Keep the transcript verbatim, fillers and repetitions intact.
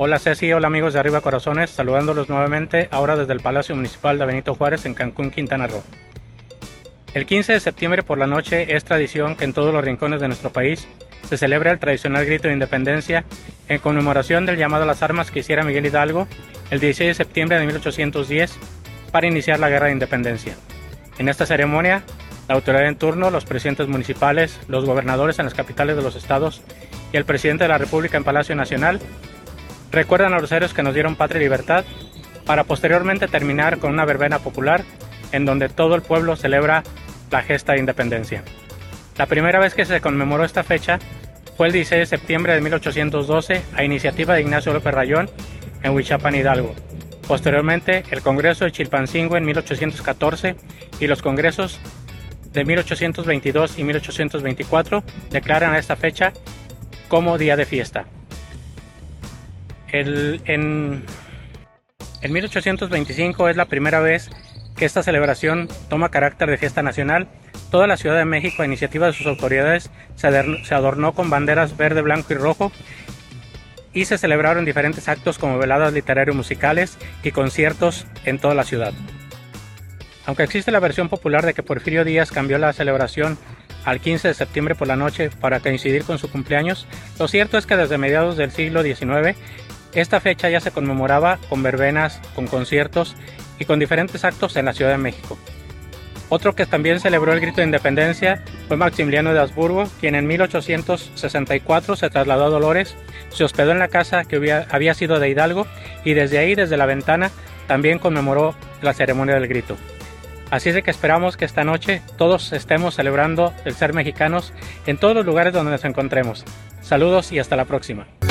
Hola Ceci, hola amigos de Arriba Corazones, saludándolos nuevamente ahora desde el Palacio Municipal de Benito Juárez en Cancún, Quintana Roo. El quince de septiembre por la noche es tradición que en todos los rincones de nuestro país se celebra el tradicional grito de independencia en conmemoración del llamado a las armas que hiciera Miguel Hidalgo el dieciséis de septiembre de mil ochocientos diez para iniciar la Guerra de Independencia. En esta ceremonia, la autoridad en turno, los presidentes municipales, los gobernadores en las capitales de los estados y el presidente de la República en Palacio Nacional recuerdan a los héroes que nos dieron patria y libertad, para posteriormente terminar con una verbena popular en donde todo el pueblo celebra la gesta de independencia. La primera vez que se conmemoró esta fecha fue el dieciséis de septiembre de mil ochocientos doce a iniciativa de Ignacio López Rayón en Huichapan, Hidalgo. Posteriormente, el Congreso de Chilpancingo en mil ochocientos catorce y los congresos de mil ochocientos veintidós y mil ochocientos veinticuatro declaran a esta fecha como día de fiesta. El, en, en mil ochocientos veinticinco es la primera vez que esta celebración toma carácter de fiesta nacional. Toda la Ciudad de México, a iniciativa de sus autoridades, se adornó con banderas verde, blanco y rojo y se celebraron diferentes actos como veladas literarios-musicales y conciertos en toda la ciudad. Aunque existe la versión popular de que Porfirio Díaz cambió la celebración al quince de septiembre por la noche para coincidir con su cumpleaños, lo cierto es que desde mediados del siglo diecinueve esta fecha ya se conmemoraba con verbenas, con conciertos y con diferentes actos en la Ciudad de México. Otro que también celebró el grito de independencia fue Maximiliano de Habsburgo, quien en mil ochocientos sesenta y cuatro se trasladó a Dolores, se hospedó en la casa que había, había sido de Hidalgo y desde ahí, desde la ventana, también conmemoró la ceremonia del grito. Así es de que esperamos que esta noche todos estemos celebrando el ser mexicanos en todos los lugares donde nos encontremos. Saludos y hasta la próxima.